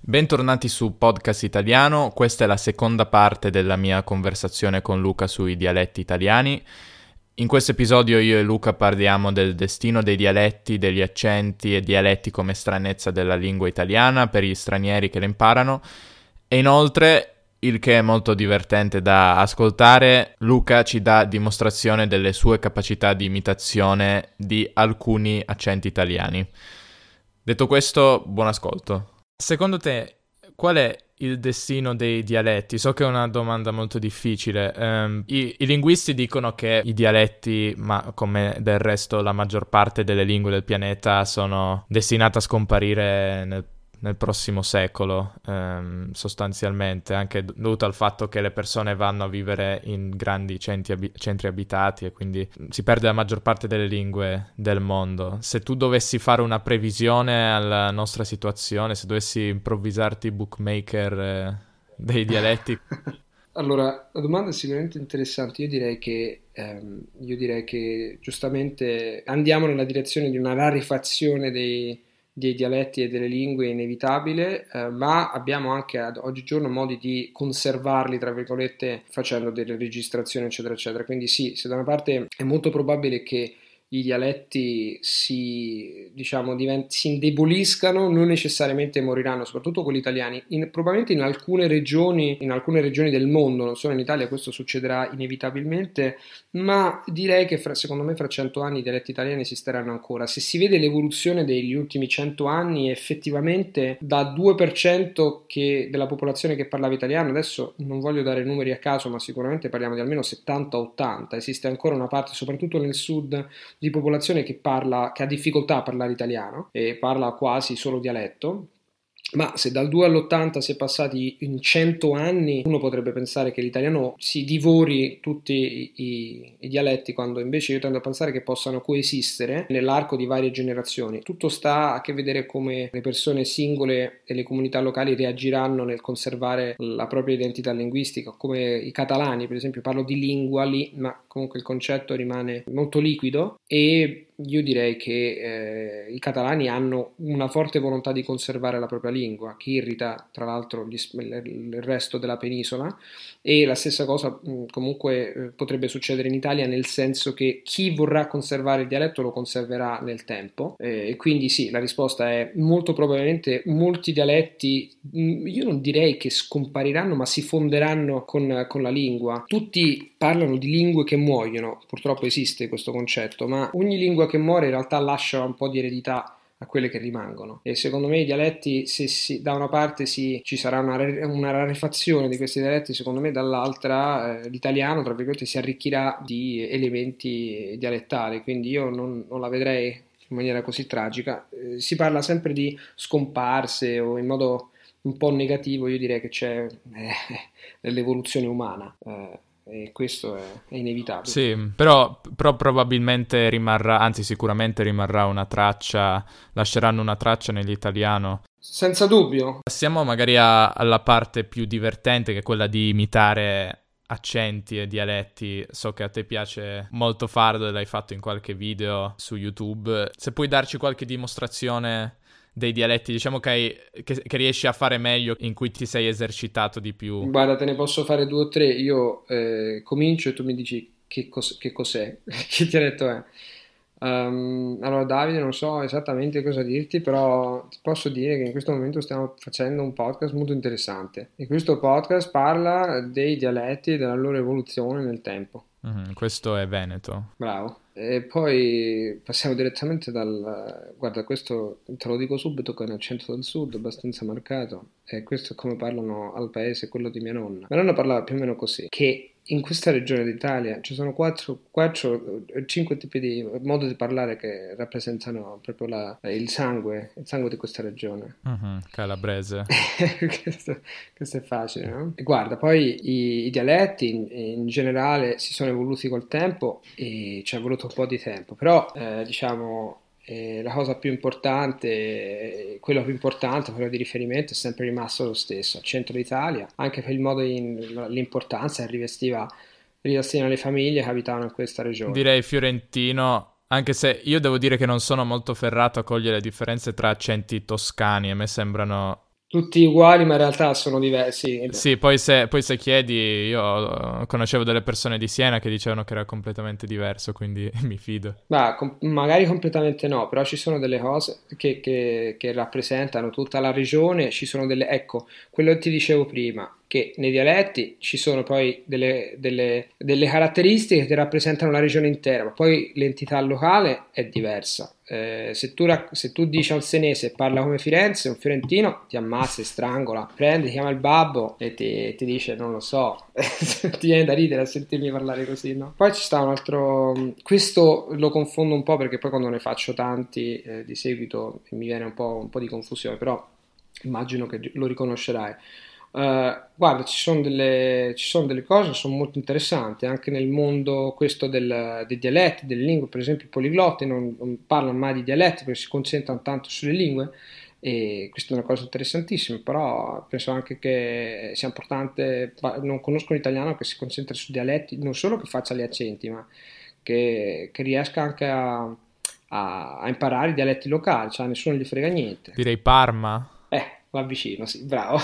Bentornati su Podcast Italiano, questa è la seconda parte della mia conversazione con Luca sui dialetti italiani. In questo episodio io e Luca parliamo del destino dei dialetti, degli accenti e dialetti come stranezza della lingua italiana per gli stranieri che le imparano e inoltre, il che è molto divertente da ascoltare, Luca ci dà dimostrazione delle sue capacità di imitazione di alcuni accenti italiani. Detto questo, buon ascolto. Secondo te, qual è il destino dei dialetti? So che è una domanda molto difficile. I linguisti dicono che i dialetti, ma come del resto la maggior parte delle lingue del pianeta, sono destinate a scomparire nel prossimo secolo, sostanzialmente, anche dovuto al fatto che le persone vanno a vivere in grandi centri abitati e quindi si perde la maggior parte delle lingue del mondo. Se tu dovessi fare una previsione alla nostra situazione, se dovessi improvvisarti bookmaker dei dialetti... Allora, la domanda è sicuramente interessante. Io direi che giustamente andiamo nella direzione di una rarefazione dei dialetti e delle lingue inevitabile, ma abbiamo anche ad oggigiorno modi di conservarli, tra virgolette, facendo delle registrazioni, eccetera, eccetera. Quindi sì, se da una parte è molto probabile che i dialetti si indeboliscano, non necessariamente moriranno, soprattutto quelli italiani. Probabilmente in alcune regioni del mondo, non solo in Italia, questo succederà inevitabilmente, ma direi che secondo me fra 100 anni i dialetti italiani esisteranno ancora. Se si vede l'evoluzione degli ultimi 100 anni, effettivamente da 2% della popolazione che parlava italiano, adesso non voglio dare numeri a caso, ma sicuramente parliamo di almeno 70-80, esiste ancora una parte, soprattutto nel sud, di popolazione che ha difficoltà a parlare italiano e parla quasi solo dialetto. Ma se dal 2 all'80 si è passati in 100 anni, uno potrebbe pensare che l'italiano si divori tutti i dialetti, quando invece io tendo a pensare che possano coesistere nell'arco di varie generazioni. Tutto sta a che vedere come le persone singole e le comunità locali reagiranno nel conservare la propria identità linguistica, come i catalani, per esempio. Parlo di lingua lì, ma comunque il concetto rimane molto liquido, e io direi che i catalani hanno una forte volontà di conservare la propria lingua, che irrita tra l'altro il resto della penisola, e la stessa cosa comunque potrebbe succedere in Italia, nel senso che chi vorrà conservare il dialetto lo conserverà nel tempo, e quindi sì, la risposta è molto probabilmente molti dialetti, io non direi che scompariranno, ma si fonderanno con la lingua. Tutti parlano di lingue che muoiono, purtroppo esiste questo concetto, ma ogni lingua che muore in realtà lascia un po' di eredità a quelle che rimangono, e secondo me i dialetti, se da una parte ci sarà una rarefazione di questi dialetti, secondo me dall'altra l'italiano, tra virgolette, si arricchirà di elementi dialettali, quindi io non la vedrei in maniera così tragica. Si parla sempre di scomparse o in modo un po' negativo. Io direi che c'è l'evoluzione umana, e questo è inevitabile. Sì, però probabilmente rimarrà, anzi sicuramente rimarrà una traccia, lasceranno una traccia nell'italiano. Senza dubbio. Passiamo magari alla parte più divertente, che è quella di imitare accenti e dialetti. So che a te piace molto farlo e l'hai fatto in qualche video su YouTube. Se puoi darci qualche dimostrazione dei dialetti, diciamo che riesci a fare meglio, in cui ti sei esercitato di più. Guarda, te ne posso fare 2 o 3. Io comincio e tu mi dici che cos'è, che dialetto è. Allora, Davide, non so esattamente cosa dirti, però ti posso dire che in questo momento stiamo facendo un podcast molto interessante, e questo podcast parla dei dialetti e della loro evoluzione nel tempo. Questo è Veneto. Bravo. E poi passiamo direttamente Guarda, questo te lo dico subito, che è un accento del sud abbastanza marcato, e questo è come parlano al paese, quello di mia nonna. Mia nonna parlava più o meno così, che in questa regione d'Italia ci sono 5 tipi di modi di parlare che rappresentano proprio il sangue di questa regione. Calabrese. Questo è facile, no? E guarda, poi i dialetti in generale si sono evoluti col tempo, e ci è voluto un po' di tempo, però la cosa più importante, quello più importante, quello di riferimento, è sempre rimasto lo stesso, al centro d'Italia, anche per il modo l'importanza che rivestivano le famiglie che abitavano in questa regione. Direi fiorentino, anche se io devo dire che non sono molto ferrato a cogliere le differenze tra accenti toscani, a me sembrano tutti uguali, ma in realtà sono diversi. Sì, poi se chiedi, io conoscevo delle persone di Siena che dicevano che era completamente diverso, quindi mi fido. Ma magari completamente no, però ci sono delle cose che rappresentano tutta la regione, ci sono delle, ecco, quello che ti dicevo prima, che nei dialetti ci sono poi delle caratteristiche che rappresentano la regione intera, ma poi l'entità locale è diversa. Se tu dici a un senese parla come Firenze, un fiorentino ti ammazza, ti strangola, prende, ti chiama il babbo e ti dice non lo so, ti viene da ridere a sentirmi parlare così, no? Poi ci sta un altro, questo lo confondo un po' perché poi quando ne faccio tanti di seguito mi viene un po' di confusione, però immagino che lo riconoscerai. Guarda, ci sono delle cose che sono molto interessanti anche nel mondo questo dei dialetti, delle lingue, per esempio i poliglotti non parlano mai di dialetti perché si concentrano tanto sulle lingue e questa è una cosa interessantissima, però penso anche che sia importante, non conosco un italiano che si concentri su dialetti, non solo che faccia gli accenti, ma che riesca anche a imparare i dialetti locali, cioè a nessuno gli frega niente. Direi Parma. Va vicino, sì, bravo.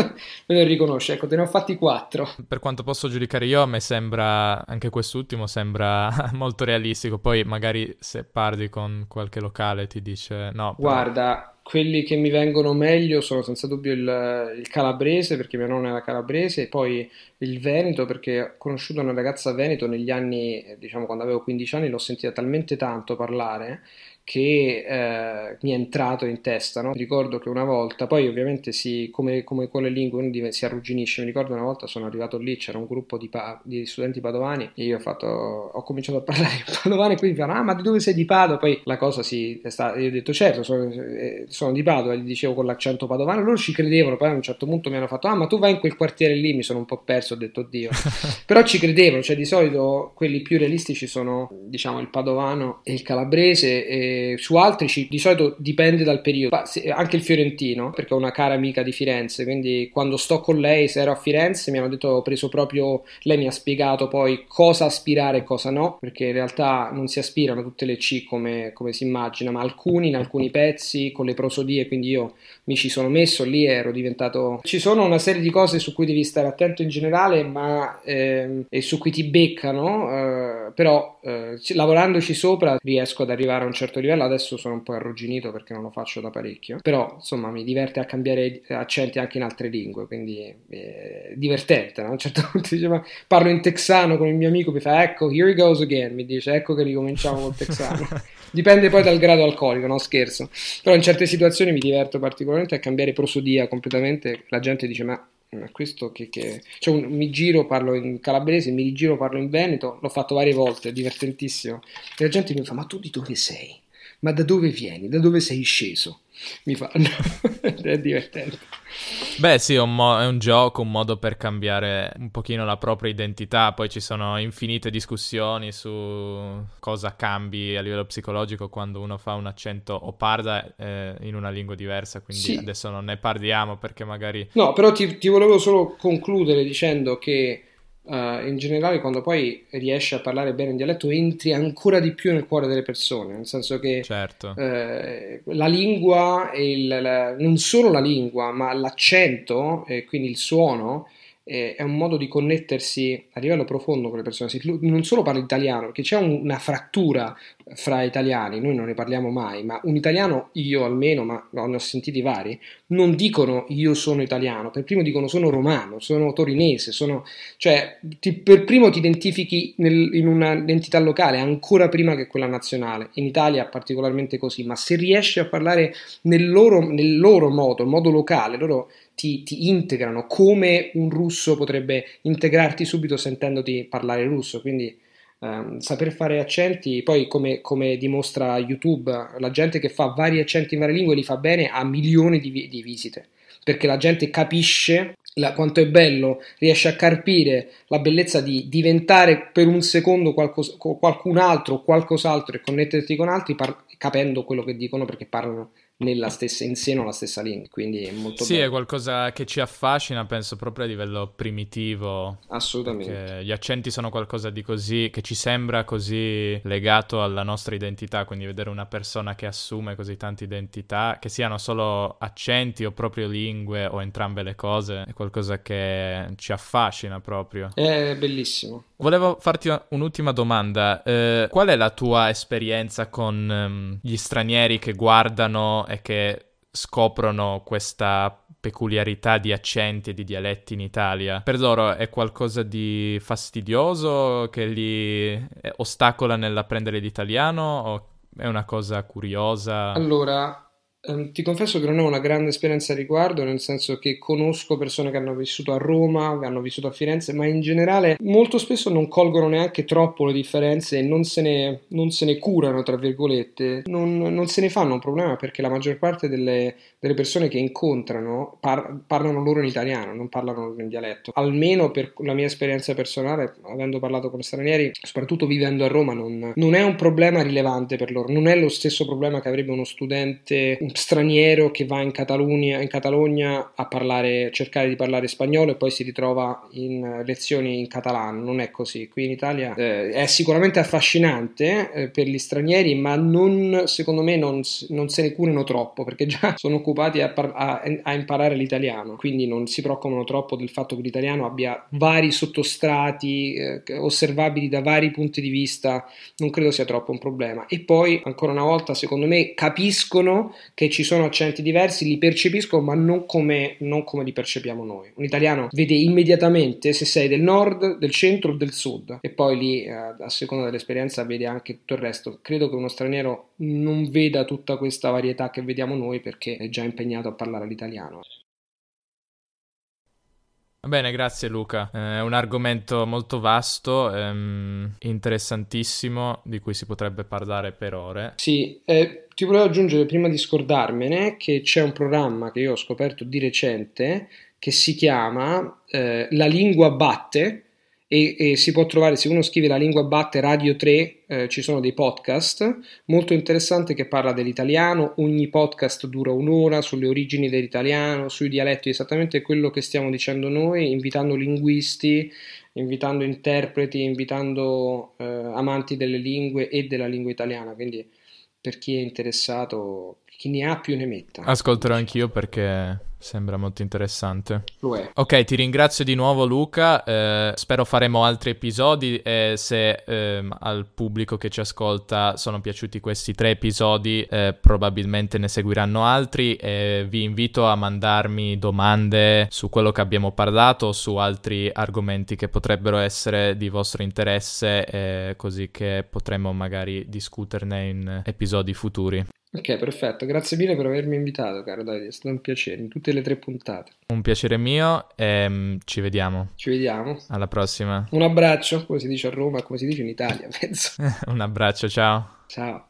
Me lo riconosce, ecco, te ne ho fatti quattro. Per quanto posso giudicare io, a me sembra, anche quest'ultimo sembra molto realistico. Poi magari se parli con qualche locale ti dice no, però Guarda, quelli che mi vengono meglio sono senza dubbio il calabrese, perché mia nonna era calabrese, e poi il veneto, perché ho conosciuto una ragazza veneto negli anni, diciamo quando avevo 15 anni, l'ho sentita talmente tanto parlare che mi è entrato in testa, no? Ricordo che una volta, poi ovviamente come con le lingue uno si arrugginisce, mi ricordo una volta sono arrivato lì, c'era un gruppo di studenti padovani e io ho cominciato a parlare in padovano e quindi mi fanno, ah ma di dove sei di Padova? Poi la cosa io ho detto certo, sono di Padova, gli dicevo con l'accento padovano, loro ci credevano, poi a un certo punto mi hanno fatto, ah ma tu vai in quel quartiere lì, mi sono un po' perso, ho detto oddio, però ci credevano, cioè di solito quelli più realistici sono diciamo il padovano e il calabrese e su altri di solito dipende dal periodo. Anche il fiorentino, perché ho una cara amica di Firenze, quindi quando sto con lei, se ero a Firenze, mi hanno detto, ho preso proprio, lei mi ha spiegato poi cosa aspirare e cosa no, perché in realtà non si aspirano tutte le C come si immagina, ma in alcuni pezzi, con le prosodie, quindi io mi ci sono messo lì e ero diventato... Ci sono una serie di cose su cui devi stare attento in generale, ma e su cui ti beccano, però lavorandoci sopra riesco ad arrivare a un certo livello. Adesso sono un po' arrugginito perché non lo faccio da parecchio, però insomma mi diverte a cambiare accenti anche in altre lingue, quindi è divertente, no? A un certo punto diceva, parlo in texano con il mio amico, mi fa ecco, here he goes again, mi dice ecco che ricominciamo col texano. Dipende poi dal grado alcolico, no scherzo, però in certe situazioni mi diverto particolarmente a cambiare prosodia completamente, la gente dice ma questo cioè, mi giro parlo in calabrese, mi rigiro parlo in veneto, l'ho fatto varie volte, è divertentissimo e la gente mi fa ma tu di dove sei? Ma da dove vieni? Da dove sei sceso? Mi fanno è divertente. beh sì, è un gioco, un modo per cambiare un pochino la propria identità, poi ci sono infinite discussioni su cosa cambi a livello psicologico quando uno fa un accento o parla in una lingua diversa, quindi Sì, adesso non ne parliamo perché magari... no, però ti volevo solo concludere dicendo che in generale quando poi riesci a parlare bene in dialetto entri ancora di più nel cuore delle persone, nel senso che Certo. la lingua, non solo la lingua, ma l'accento, e quindi il suono, è un modo di connettersi a livello profondo con le persone. Non solo parli italiano, perché c'è una frattura fra italiani, noi non ne parliamo mai, ma un italiano, io almeno, ma ne ho sentiti vari, non dicono io sono italiano, per primo dicono sono romano, sono torinese, cioè per primo ti identifichi in un'entità locale ancora prima che quella nazionale. In Italia è particolarmente così, ma se riesci a parlare nel loro modo, in modo locale, loro ti integrano come un russo potrebbe integrarti subito sentendoti parlare russo, quindi saper fare accenti, poi come dimostra YouTube, la gente che fa vari accenti in varie lingue li fa bene a milioni di visite, perché la gente capisce quanto è bello, riesce a carpire la bellezza di diventare per un secondo qualcun altro o qualcos'altro e connetterti con altri capendo quello che dicono perché parlano in seno alla stessa lingua, quindi è molto Sì, bello. è qualcosa che ci affascina, penso proprio a livello primitivo, Assolutamente. perché gli accenti sono qualcosa di così, che ci sembra così legato alla nostra identità, quindi vedere una persona che assume così tante identità, che siano solo accenti o proprio lingue o entrambe le cose, è qualcosa che ci affascina proprio. È bellissimo. Volevo farti un'ultima domanda. Qual è la tua esperienza con gli stranieri che guardano e che scoprono questa peculiarità di accenti e di dialetti in Italia? Per loro è qualcosa di fastidioso che li ostacola nell'apprendere l'italiano o è una cosa curiosa? Allora, ti confesso che non ho una grande esperienza a riguardo, nel senso che conosco persone che hanno vissuto a Roma, che hanno vissuto a Firenze, ma in generale molto spesso non colgono neanche troppo le differenze e non se ne curano, tra virgolette, non se ne fanno un problema perché la maggior parte delle persone che incontrano parlano loro in italiano, non parlano loro in dialetto. Almeno per la mia esperienza personale, avendo parlato con stranieri, soprattutto vivendo a Roma, non è un problema rilevante per loro, non è lo stesso problema che avrebbe uno studente straniero che va in Catalogna a cercare di parlare spagnolo e poi si ritrova in lezioni in catalano. Non è così. Qui in Italia è sicuramente affascinante per gli stranieri, ma secondo me non se ne curano troppo perché già sono occupati a imparare l'italiano, quindi non si preoccupano troppo del fatto che l'italiano abbia vari sottostrati osservabili da vari punti di vista. Non credo sia troppo un problema. E poi, ancora una volta, secondo me capiscono che ci sono accenti diversi, li percepiscono, ma non come li percepiamo noi. Un italiano vede immediatamente se sei del nord, del centro o del sud, e poi lì, a seconda dell'esperienza, vede anche tutto il resto. Credo che uno straniero non veda tutta questa varietà che vediamo noi perché è già impegnato a parlare l'italiano. Va bene, grazie Luca. È un argomento molto vasto, interessantissimo, di cui si potrebbe parlare per ore. Sì, ti volevo aggiungere prima di scordarmene che c'è un programma che io ho scoperto di recente che si chiama La Lingua Batte e si può trovare, se uno scrive La Lingua Batte Radio 3, ci sono dei podcast molto interessanti che parla dell'italiano, ogni podcast dura un'ora sulle origini dell'italiano, sui dialetti, esattamente quello che stiamo dicendo noi, invitando linguisti, invitando interpreti, invitando amanti delle lingue e della lingua italiana, quindi per chi è interessato, chi ne ha più ne metta. Ascolterò anch'io perché sembra molto interessante. Lo è. Ok, ti ringrazio di nuovo Luca, spero faremo altri episodi e se al pubblico che ci ascolta sono piaciuti questi 3 episodi probabilmente ne seguiranno altri e vi invito a mandarmi domande su quello che abbiamo parlato o su altri argomenti che potrebbero essere di vostro interesse così che potremo magari discuterne in episodi futuri. Ok, perfetto. Grazie mille per avermi invitato, caro Davide. È stato un piacere in tutte le 3 puntate. Un piacere mio e ci vediamo. Ci vediamo. Alla prossima. Un abbraccio, come si dice a Roma, come si dice in Italia, penso. Un abbraccio, ciao. Ciao.